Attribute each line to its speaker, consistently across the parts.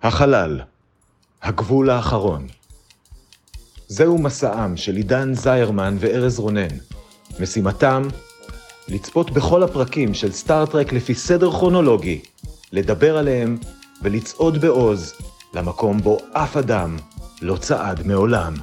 Speaker 1: החלל, הגבול האחרון. זהו מסעם של עידן זיירמן וארז רונן. משימתם, לצפות בכל הפרקים של סטארטרק לפי סדר כרונולוגי, לדבר עליהם ולצעוד בעוז למקום בו אף אדם לא צעד מעולם.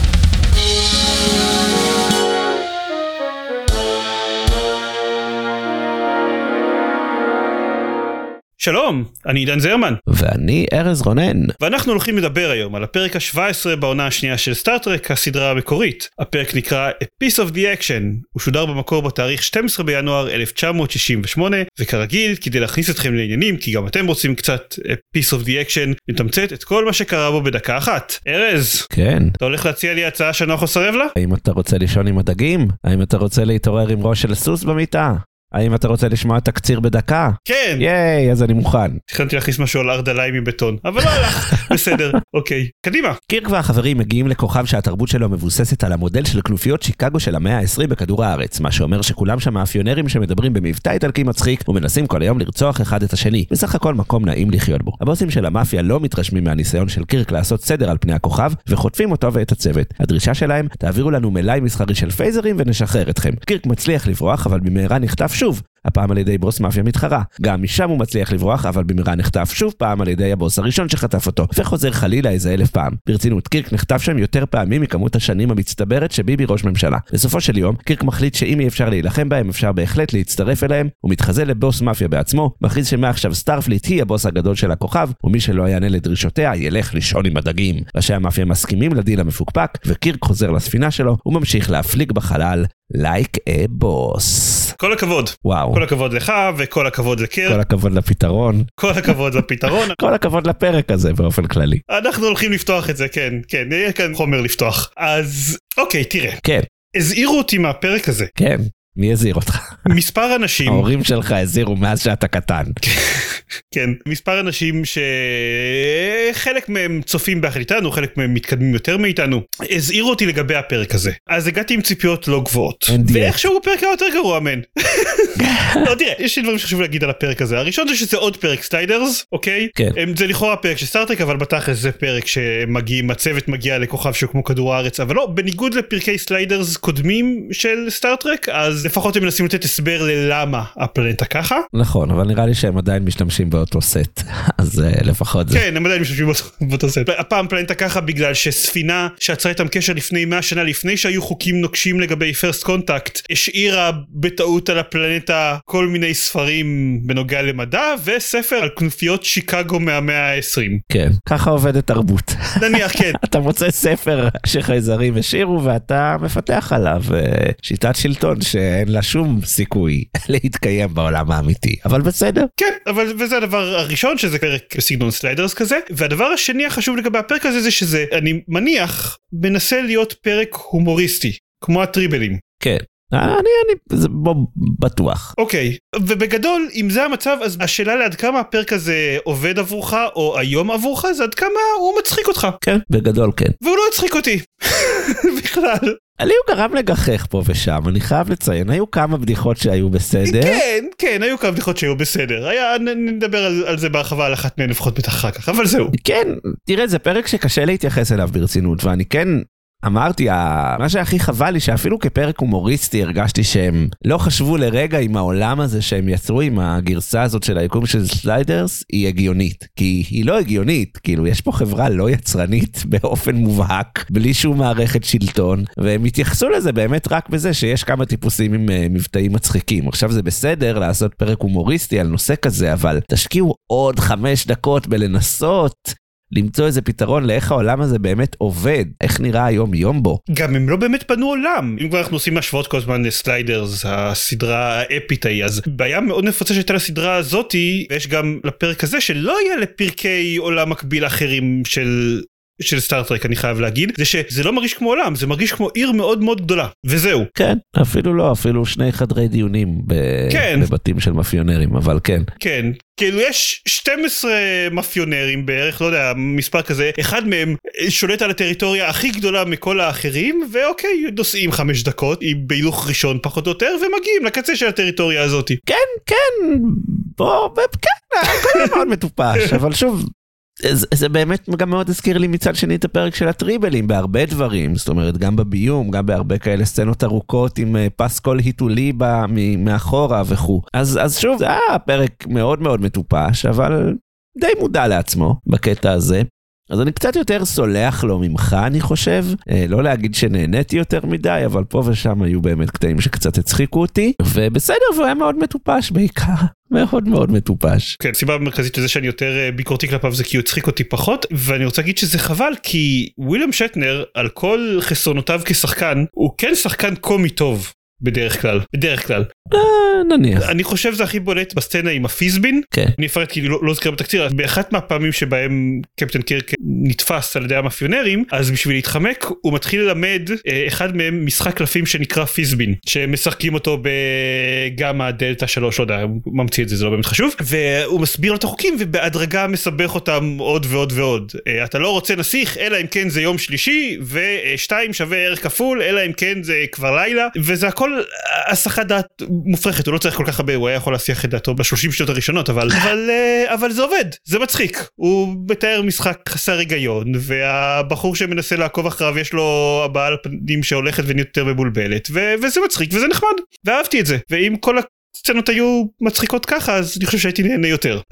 Speaker 2: שלום, אני עידן זיירמן.
Speaker 3: ואני ארז רונן.
Speaker 2: ואנחנו הולכים לדבר היום על הפרק ה-17 בעונה השנייה של סטארטרק, הסדרה המקורית. הפרק נקרא A Piece of the Action. הוא שודר במקור בתאריך 12 בינואר 1968, וכרגיל, כדי להכניס אתכם לעניינים, כי גם אתם רוצים קצת A Piece of the Action, נתמצת את כל מה שקרה בו בדקה אחת. ארז,
Speaker 3: כן.
Speaker 2: אתה הולך להציע לי הצעה שנוח או סרב לה?
Speaker 3: האם אתה רוצה לישון עם הדגים? האם אתה רוצה להתעורר עם ראש של סוס במיטה? האם אתה רוצה לשמוע את תקציר בדקה?
Speaker 2: כן.
Speaker 3: ייי, אז אני מוכן.
Speaker 2: תכנתי להכניס משהו על ארדליים מבטון, אבל לא הלך. בסדר, אוקיי. קדימה.
Speaker 3: קירק והחברים מגיעים לכוכב שהתרבות שלו מבוססת על המודל של כנופיות שיקגו של המאה ה-20 בכדור הארץ, מה שאומר שכולם שם מאפיונרים שמדברים במבטא איטלקי מצחיק ומנסים כל היום לרצוח אחד את השני. בסך הכל מקום נעים לחיות בו. הבוסים של המאפיה לא מתרשמים מהניסיון של קירק לעשות סדר על פני הכוכב וחוטפים אותו ואת הצוות. הדרישה שלהם, תעבירו לנו מלאי מסחרי של פייזרים ונשחרר אתכם. קירק מצליח לברוח, אבל במהרה נחטף שוב. הפעם על ידי בוס מאפיה מתחרה. גם משם הוא מצליח לברוח, אבל במהרה נחטף שוב פעם על ידי הבוס הראשון שחטף אותו, וחוזר חלילה איזה 1000 פעם. ברצינות, קירק נחטף שם יותר פעמים מכמות השנים המצטברת שביבי ראש ממשלה. בסופו של יום, קירק מחליט שאם אי אפשר להילחם בהם, אפשר בהחלט להצטרף אליהם, הוא מתחזה לבוס מאפיה בעצמו, מכריז שמעכשיו סטארפליט היא הבוס הגדול של הכוכב, ומי שלא יענה לדרישותיה ילך לישון עם הדגים. ראשי המאפיה מסכימים לדיל המפוקפק, וקירק חוזר לספינה שלו וממשיך להפליג בחלל like a boss.
Speaker 2: כל הכבוד.
Speaker 3: וואו.
Speaker 2: כל הכבוד לך וכל הכבוד לקירק.
Speaker 3: כל הכבוד לפתרון.
Speaker 2: כל הכבוד לפתרון.
Speaker 3: כל הכבוד לפרק הזה באופן כללי.
Speaker 2: אנחנו הולכים לפתוח את זה, כן, כן, יהיה כאן חומר לפתוח. אז, אוקיי, תראה.
Speaker 3: כן.
Speaker 2: הזהירו אותי מהפרק הזה.
Speaker 3: כן. מי הזהיר אותך?
Speaker 2: מספר אנשים.
Speaker 3: ההורים שלך הזהירו מאז שאתה קטן.
Speaker 2: כן, מספר אנשים שחלק מהם צופים ביחד איתנו, חלק מהם מתקדמים יותר מאיתנו, הזהירו אותי לגבי הפרק הזה. אז הגעתי עם ציפיות לא גבוהות. ואיכשהו הפרק היה יותר גרוע, מן. לא, תראה, יש לי דברים שחשוב להגיד על הפרק הזה. הראשון זה שזה עוד פרק סליידרס, אוקיי?
Speaker 3: כן.
Speaker 2: זה לכאורה פרק של סטארטרק, אבל בתכלס זה פרק שמגיעים, הצוות מגיע לכוכב שהוא כמו כדור הארץ, אבל לא, בניגוד לפרקי סליידרס קודמים של סטארטרק, אז לפחות הם מנסים לתת הסבר ללמה הפלנטה ככה.
Speaker 3: נכון, אבל נראה לי שהם עדיין משתמשים באותו סט, אז לפחות זה.
Speaker 2: כן, הם עדיין משתמשים באותו סט. הפעם פלנטה ככה בגלל שספינה שעצרה איתם קשר לפני 100 שנה, לפני שהיו חוקים נוקשים לגבי פרסט קונטקט, השאירה בטעות על הפלנטה כל מיני ספרים בנוגע למדע, וספר על כנופיות שיקגו מהמאה ה-20.
Speaker 3: כן, ככה עובדת תרבות.
Speaker 2: נניח, כן.
Speaker 3: אתה מוצא ספר שחייזרים השאירו, ואתה מפתח עליו שיטת שלטון שאין לה שום סיכוי להתקיים בעולם האמיתי, אבל בסדר.
Speaker 2: כן, וזה הדבר הראשון, שזה פרק בסגנון סליידרס כזה, והדבר השני החשוב לגבי הפרק הזה זה שזה, אני מניח, מנסה להיות פרק הומוריסטי, כמו הטריבלים.
Speaker 3: כן. זה בטוח.
Speaker 2: אוקיי, ובגדול, אם זה המצב, אז השאלה לעד כמה הפרק הזה עובד עבורך, או היום עבורך, זה עד כמה הוא מצחיק אותך.
Speaker 3: כן, בגדול כן.
Speaker 2: והוא לא הצחיק אותי, בכלל.
Speaker 3: עלי הוא גרם לגחך פה ושם, אני חייב לציין, היו כמה בדיחות שהיו בסדר.
Speaker 2: כן, כן, היו כמה בדיחות שהיו בסדר. נדבר על זה בהרחבה על אחת מהן לפחות אחר כך, אבל זהו.
Speaker 3: כן, תראה, זה פרק שקשה להתייחס אליו ברצינות, ואני כן אמרתי, מה שהכי חבל לי שאפילו כפרק הומוריסטי הרגשתי שהם לא חשבו לרגע עם העולם הזה שהם יצרו עם הגרסה הזאת של היקום של סליידרס היא הגיונית, כי היא לא הגיונית, כאילו יש פה חברה לא יצרנית באופן מובהק, בלי שום מערכת שלטון, והם התייחסו לזה באמת רק בזה שיש כמה טיפוסים עם מבטאים מצחיקים. עכשיו זה בסדר לעשות פרק הומוריסטי על נושא כזה, אבל תשקיעו עוד 5 דקות בלנסות למצוא איזה פתרון לאיך העולם הזה באמת עובד, איך נראה היום יום בו.
Speaker 2: גם הם לא באמת בנו עולם. אם כבר אנחנו עושים השוואות כל הזמן לסליידרס, הסדרה האפית ההיא, אז בעיה מאוד נפוצה שהייתה לסדרה הזאת, ויש גם לפרק הזה שלא היה לפרקי עולם מקביל אחרים של סטארטרק, אני חייב להגיד, זה שזה לא מרגיש כמו עולם, זה מרגיש כמו עיר מאוד מאוד גדולה, וזהו.
Speaker 3: כן, אפילו לא, אפילו 2 חדרי דיונים בבתים של מאפיונרים, אבל כן.
Speaker 2: כן, כאילו יש 12 מאפיונרים בערך, לא יודע, מספר כזה, אחד מהם שולט על הטריטוריה הכי גדולה מכל האחרים, ואוקיי, נוסעים 5 דקות, עם בהילוך ראשון פחות או יותר, ומגיעים לקצה של הטריטוריה הזאת.
Speaker 3: כן, כן, בוא, כן, הכל מאוד מטופש, אבל שוב, זה באמת גם מאוד הזכיר לי מצד שני את הפרק של הטריבלים בהרבה דברים, זאת אומרת גם בביום, גם בהרבה כאלה סצנות ארוכות עם פסקול היטולי מאחורה וכו'. אז שוב, זה היה פרק מאוד מאוד מטופש, אבל די מודע לעצמו בקטע הזה. אז אני קצת יותר סולח לו ממך, אני חושב. לא להגיד שנהניתי יותר מדי, אבל פה ושם היו באמת קטעים שקצת הצחיקו אותי, ובסדר, והוא היה מאוד מטופש בעיקר. מאוד מאוד מטופש.
Speaker 2: כן, סיבה מרכזית לזה שאני יותר ביקורתי כלפיו זה כי הוא הצחיק אותי פחות, ואני רוצה להגיד שזה חבל, כי וויליאם שטנר, על כל חסרונותיו כשחקן, הוא כן שחקן קומי טוב. בדרך כלל.
Speaker 3: נניח.
Speaker 2: אני חושב זה הכי בולט בסצנה עם הפיזבין.
Speaker 3: כן.
Speaker 2: אני אפרט כי לא זכר בתקציר, באחת מהפעמים שבהם קפטן קירק נתפס על ידי המאפיונרים, אז בשביל להתחמק הוא מתחיל ללמד אחד מהם משחק קלפים שנקרא פיזבין, שמשחקים אותו בגמא דלטה 3, לא יודע, הוא ממציא את זה, זה לא באמת חשוב, והוא מסביר לו את החוקים ובהדרגה מסבך אותם עוד ועוד ועוד. אתה לא רוצה נסיך, אלא אם כן זה יום שלישי, ו2 שווה ערך כפול, אלא אם כן זה כבר לילה, וזה הכל הסחת דעת מופרכת, הוא לא צריך כל כך הרבה, הוא היה יכול להסיח את דעתו ב30 שניות הראשונות, אבל זה עובד, זה מצחיק, הוא מתאר משחק חסר היגיון, והבחור שמנסה לעקוב אחריו יש לו הבעל פנים שהולכת ונהיית יותר מבולבלת, וזה מצחיק וזה נחמד, ואהבתי את זה, ואם כל הסצנות היו מצחיקות ככה, אז אני חושב שהייתי נהנה יותר,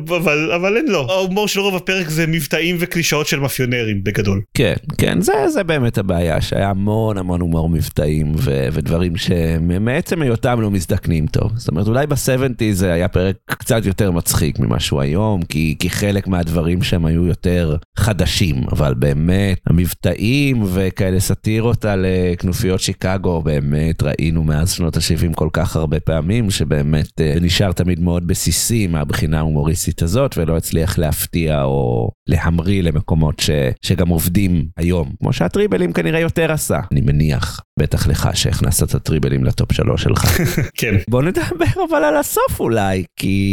Speaker 2: אבל אין לו. ההומור של רוב הפרק זה מבטאים וקלישאות של מאפיונרים בגדול.
Speaker 3: כן, זה באמת הבעיה, שהיה המון הומור מבטאים ודברים שמעצם היותם לא מזדקנים טוב. זאת אומרת, אולי ב-70 זה היה פרק קצת יותר מצחיק ממשהו היום, כי חלק מהדברים שהם היו יותר חדשים, אבל באמת המבטאים וכאלה סטירות על כנופיות שיקגו, באמת ראינו מאז שנות ה-70 כל כך הרבה פעמים, שבאמת נשאר תמיד מאוד בסיסי מהבחינה ההומוריסטית הזאת, ולא הצליח להפתיע או להמריא למקומות שגם עובדים היום, כמו שהטריבלים כנראה יותר עשה. אני מניח, בטח לך שהכנסת את הטריבלים לטופ 3 שלך.
Speaker 2: כן.
Speaker 3: בוא נדבר אבל על הסוף אולי,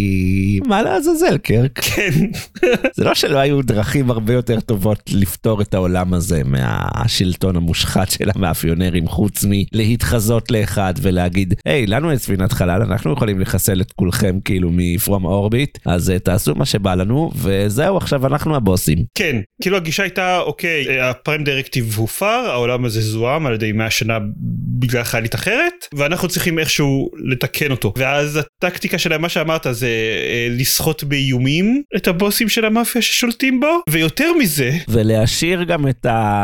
Speaker 3: כי מה לעזאזל קרק?
Speaker 2: כן.
Speaker 3: זה לא שלא היו דרכים הרבה יותר טובות לפתור את העולם הזה מהשלטון המושחת של המאפיונרים, חוץ מלהתחזות לאחד ולהגיד, היי, לנו את ספינת חלל, אנחנו יכולים לחסל את כולכם כאילו מפרום אורביט, אז תעשו מה שבא לנו, וזהו, עכשיו אנחנו הבוסים.
Speaker 2: כן, כאילו הגישה הייתה, אוקיי, הפריים דירקטיב הופר, העולם הזה זוהם על ידי 100 שנה בגלל חיילית אחרת, ואנחנו צריכים איכשהו לתקן אותו. ואז הטקטיקה שלהם, מה שאמרת, זה לסחוט באיומים את הבוסים של המאפיה ששולטים בו, ויותר מזה...
Speaker 3: ולהשאיר גם את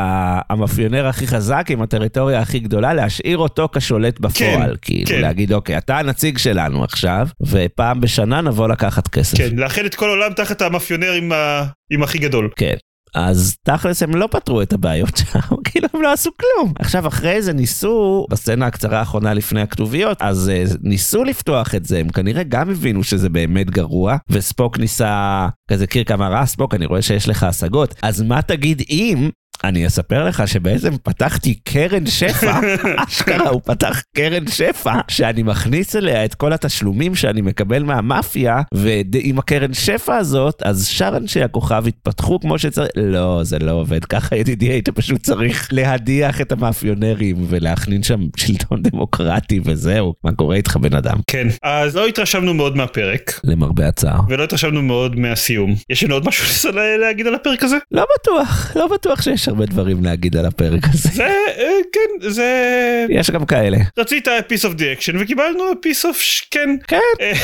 Speaker 3: המאפיונר הכי חזק עם הטריטוריה הכי גדולה, להשאיר אותו כשולט בפועל, כאילו להגיד, אוקיי, אתה הנציג שלנו עכשיו, ופעם בשנה נבוא לקחת כסף.
Speaker 2: כן, לאחד את כל העולם תחת המאפיונר עם הכי גדול.
Speaker 3: כן. אז תכלס הם לא פתרו את הבעיות שם, כאילו הם לא עשו כלום. עכשיו אחרי זה ניסו, בסצנה הקצרה האחרונה לפני הכתוביות, אז ניסו לפתוח את זה, הם כנראה גם הבינו שזה באמת גרוע, וספוק ניסה, כזה קיר כמה ספוק, אני רואה שיש לך השגות, אז מה תגיד אם... אני אספר לך שבעצם פתחתי קרן שפע, אשכרה הוא פתח קרן שפע, שאני מכניס אליה את כל התשלומים שאני מקבל מהמאפיה, ועם הקרן שפע הזאת, אז שאר אנשי הכוכב התפתחו כמו שצריך, לא, זה לא עובד ככה ידידי, היית פשוט צריך להדיח את המאפיונרים, ולהכנין שם שלטון דמוקרטי וזהו, מה קורה איתך בן אדם?
Speaker 2: כן, אז לא התרשמנו מאוד מהפרק.
Speaker 3: למרבה הצער.
Speaker 2: ולא התרשמנו מאוד מהסיום. יש לנו עוד משהו להגיד על הפרק הזה?
Speaker 3: לא בטוח שיש הרבה דברים להגיד על הפרק הזה.
Speaker 2: זה, כן, זה...
Speaker 3: יש גם כאלה.
Speaker 2: רצית piece of the action וקיבלנו piece of כן.
Speaker 3: כן.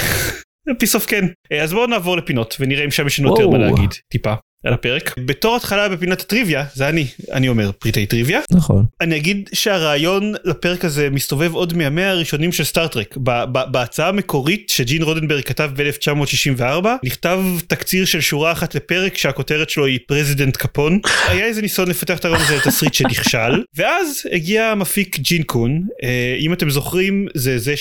Speaker 2: piece of כן. אז בואו נעבור לפינות ונראה אם שם יש לנו יותר מה להגיד טיפה על הפרק. בתור התחלה בפינת הטריוויה, זה אני אומר פריטי טריוויה.
Speaker 3: נכון.
Speaker 2: אני אגיד שהרעיון לפרק הזה מסתובב עוד מהמאה הראשונים של סטארטרק. בהצעה המקורית שג'ין רודנברג כתב ב-1964, נכתב תקציר של שורה אחת לפרק שהכותרת שלו היא פרזידנט קפון. היה איזה ניסיון לפתח את הרעיון הזה לתסריט שנכשל, ואז הגיע המפיק ג'ין קון, אם אתם זוכרים, זה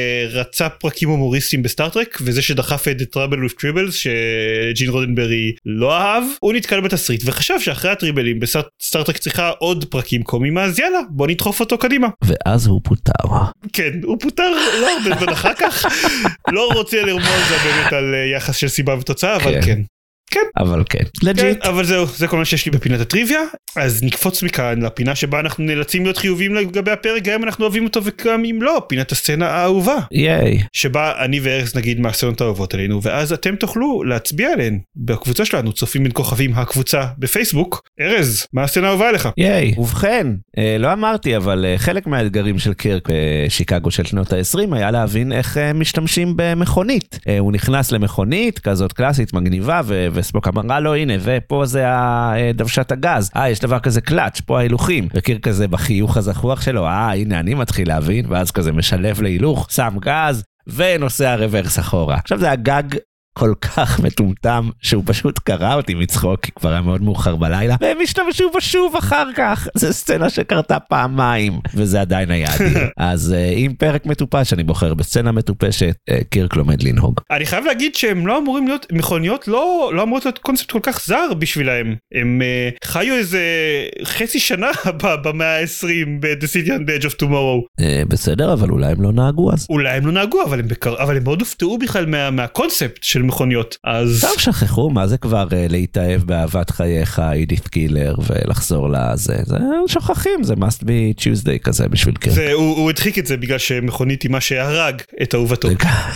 Speaker 2: שרצה פרקים הומוריסטיים בסטארטרק, וזה שדחף את The Trouble with Tribbles, שג'ין רודנברג לא אהב. הוא נתקל בתסריט וחשב שאחרי הטריבלים בסטארטרק צריכה עוד פרקים קומיים, אז יאללה, בוא נדחוף אותו קדימה.
Speaker 3: ואז הוא פוטר. כן,
Speaker 2: הוא פוטר לא הרבה זמן אחר כך. לא רוצה לרמוז באמת על יחס של סיבה ותוצאה, אבל כן. כן.
Speaker 3: אבל כן. לג'יט.
Speaker 2: אבל זהו, זה כל מה שיש לי בפינת הטריוויה, אז נקפוץ מכאן לפינה שבה אנחנו נאלצים להיות חיוביים לגבי הפרק, גם אם אנחנו אוהבים אותו וגם אם לא, פינת הסצנה האהובה.
Speaker 3: ייי.
Speaker 2: שבה אני וארז נגיד מה הסצנות האהובות עלינו, ואז אתם תוכלו להצביע עליהן בקבוצה שלנו, צופים בין כוכבים הקבוצה בפייסבוק. ארז, מה הסצנה האהובה עליך?
Speaker 3: ייי. ובכן, לא אמרתי, אבל חלק מהאתגרים של קירק בשיקגו של שנות ה-20 היה להבין איך משתמשים במכונית. הוא נכנס למכונית כזאת קלאסית מגניבה, וספוק אמרה לו, הנה, ופה זה דוושת הגז. יש דבר כזה קלאץ', פה ההילוכים. וקירק כזה בחיוך הזחוח שלו, הנה אני מתחיל להבין, ואז כזה משלב להילוך, שם גז, ונוסע רוורס אחורה. עכשיו זה הגג כל כך מטומטם, שהוא פשוט קרא אותי מצחוק, כי כבר היה מאוד מאוחר בלילה, והם השתמשו בו שוב אחר כך. זו סצנה שקרתה פעמיים, וזה עדיין היה אדיר. אז עם פרק מטופש, אני בוחר בסצנה מטופשת, קירק לומד לנהוג.
Speaker 2: אני חייב להגיד שהם לא אמורים להיות, מכוניות לא אמורות להיות קונספט כל כך זר בשבילהם. הם חיו איזה חצי שנה במאה ה-20 ב-The City on the Edge of Tomorrow.
Speaker 3: בסדר, אבל אולי הם לא נהגו אז.
Speaker 2: אולי הם לא נהגו, אבל הם מאוד הופתעו בכלל מהקונספט של מכוניות. אז
Speaker 3: טוב, שכחו, מה זה כבר להתאהב באהבת חייך, אידית קילר, ולחזור לזה. זה שוכחים, זה must be Tuesday כזה בשביל כן.
Speaker 2: הוא הדחיק את זה בגלל שמכונית היא מה שהרג את אהובתו.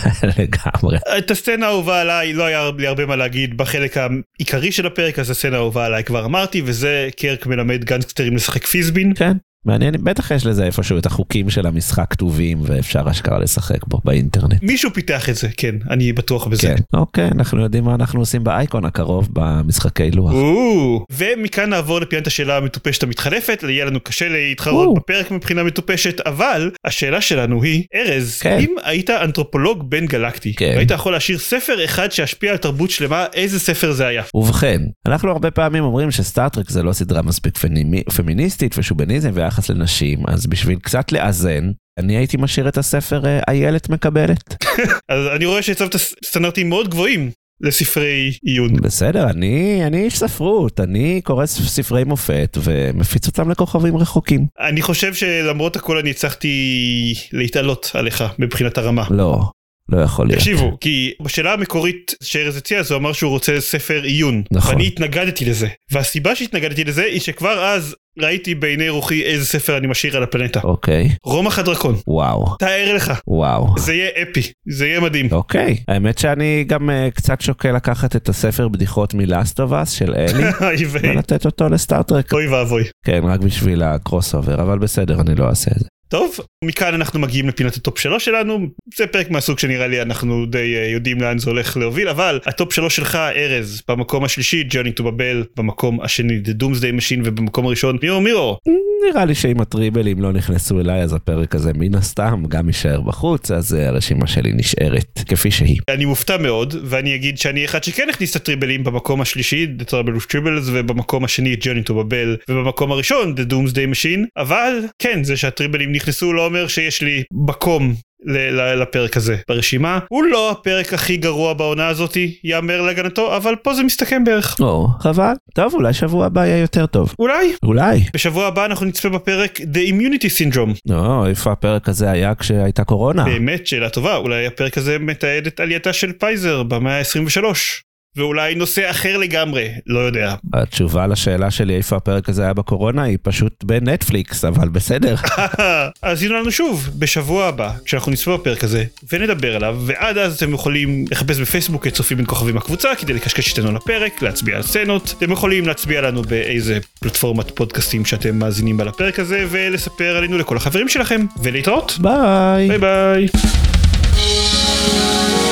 Speaker 3: לגמרי.
Speaker 2: את הסצנה האהובה עליי, לא היה לי הרבה מה להגיד בחלק העיקרי של הפרק, אז הסצנה האהובה עליי כבר אמרתי, וזה קירק מלמד גנגסטרים לשחק פיזבין.
Speaker 3: כן. מעניין, בטח יש לזה איפשהו את החוקים של המשחק כתובים, ואפשר אשכרה לשחק בו באינטרנט.
Speaker 2: מישהו פיתח את זה, כן, אני בטוח בזה.
Speaker 3: כן, אוקיי, אנחנו יודעים מה אנחנו עושים באייקון הקרוב, במשחקי לוח.
Speaker 2: ומכאן נעבור לפינת השאלה המטופשת המתחלפת, יהיה לנו קשה להתחרות בפרק מבחינה מטופשת, אבל השאלה שלנו היא, ארז, אם היית אנתרופולוג בין גלקטי, והיית יכול להשאיר ספר אחד שישפיע על תרבות שלמה, איזה ספר זה היה?
Speaker 3: ובכן, אנחנו הרבה פעמים אומרים שסטארטרק זה לא סדרה מספיק פמיניסטית ושוביניזם ויחס לנשים, אז בשביל קצת לאזן, אני הייתי משאיר את הספר איילת מקבלת.
Speaker 2: אז אני רואה שהצבת סטנדרטים מאוד גבוהים לספרי עיון.
Speaker 3: בסדר, אני איש ספרות, אני קורא ספרי מופת ומפיץ אותם לכוכבים רחוקים.
Speaker 2: אני חושב שלמרות הכל אני הצלחתי להתעלות עליך מבחינת הרמה.
Speaker 3: לא יכול להיות.
Speaker 2: תקשיבו, כי בשאלה המקורית שארז הציע, זה אומר שהוא רוצה ספר עיון. נכון. ואני התנגדתי לזה. והסיבה שהתנגדתי לזה היא שכבר אז ראיתי בעיני רוחי איזה ספר אני משאיר על הפלנטה.
Speaker 3: אוקיי.
Speaker 2: רומח הדרקון.
Speaker 3: וואו.
Speaker 2: תאר לך.
Speaker 3: וואו.
Speaker 2: זה יהיה אפי. זה יהיה מדהים.
Speaker 3: אוקיי. האמת שאני גם קצת שוקל לקחת את הספר בדיחות מ-Last of Us של אלי, ולתת אותו לסטארטרק.
Speaker 2: אוי ואבוי.
Speaker 3: כן, רק בשביל הקרוס אובר, אבל בסדר, אני לא אעשה את זה.
Speaker 2: טוב, מכאן אנחנו מגיעים לפינת הטופ 3 שלנו, זה פרק מהסוג שנראה לי אנחנו די יודעים לאן זה הולך להוביל, אבל הטופ 3 שלך, ארז, במקום השלישי, Journey to Babel, במקום השני, The Doomsday Machine, ובמקום הראשון, מירו.
Speaker 3: נראה לי שאם הטריבלים לא נכנסו אליי, אז הפרק הזה מן הסתם גם יישאר בחוץ, אז הרשימה שלי נשארת כפי שהיא.
Speaker 2: אני מופתע מאוד, ואני אגיד שאני אחד שכן הכניס את הטריבלים במקום השלישי, The Trouble with Tribbles, ובמקום השני, Journey to Babel, ובמקום הראשון, The Doomsday Machine, אבל כן, זה שהטריבלים נכנסו לא אומר שיש לי מקום לפרק הזה ברשימה. הוא לא הפרק הכי גרוע בעונה הזאת, יאמר להגנתו, אבל פה זה מסתכם בערך.
Speaker 3: חבל. טוב, אולי שבוע הבא יהיה יותר טוב.
Speaker 2: אולי. בשבוע הבא אנחנו נצפה בפרק The Immunity Syndrome.
Speaker 3: איפה הפרק הזה היה כשהייתה קורונה?
Speaker 2: באמת, שאלה טובה. אולי הפרק הזה מתעד את עלייתה של פייזר במאה ה-23. ואולי נושא אחר לגמרי, לא יודע.
Speaker 3: התשובה לשאלה שלי איפה הפרק הזה היה בקורונה היא פשוט בנטפליקס, אבל בסדר.
Speaker 2: אז הנה לנו שוב, בשבוע הבא, כשאנחנו נצפה בפרק הזה, ונדבר עליו, ועד אז אתם יכולים לחפש בפייסבוק את צופים בין כוכבים הקבוצה, כדי לקשקש איתנו לפרק, להצביע על סצנות, אתם יכולים להצביע לנו באיזה פלטפורמת פודקאסטים שאתם מאזינים בה לפרק הזה, ולספר עלינו לכל החברים שלכם, ולהתראות.
Speaker 3: ביי.
Speaker 2: ביי ביי.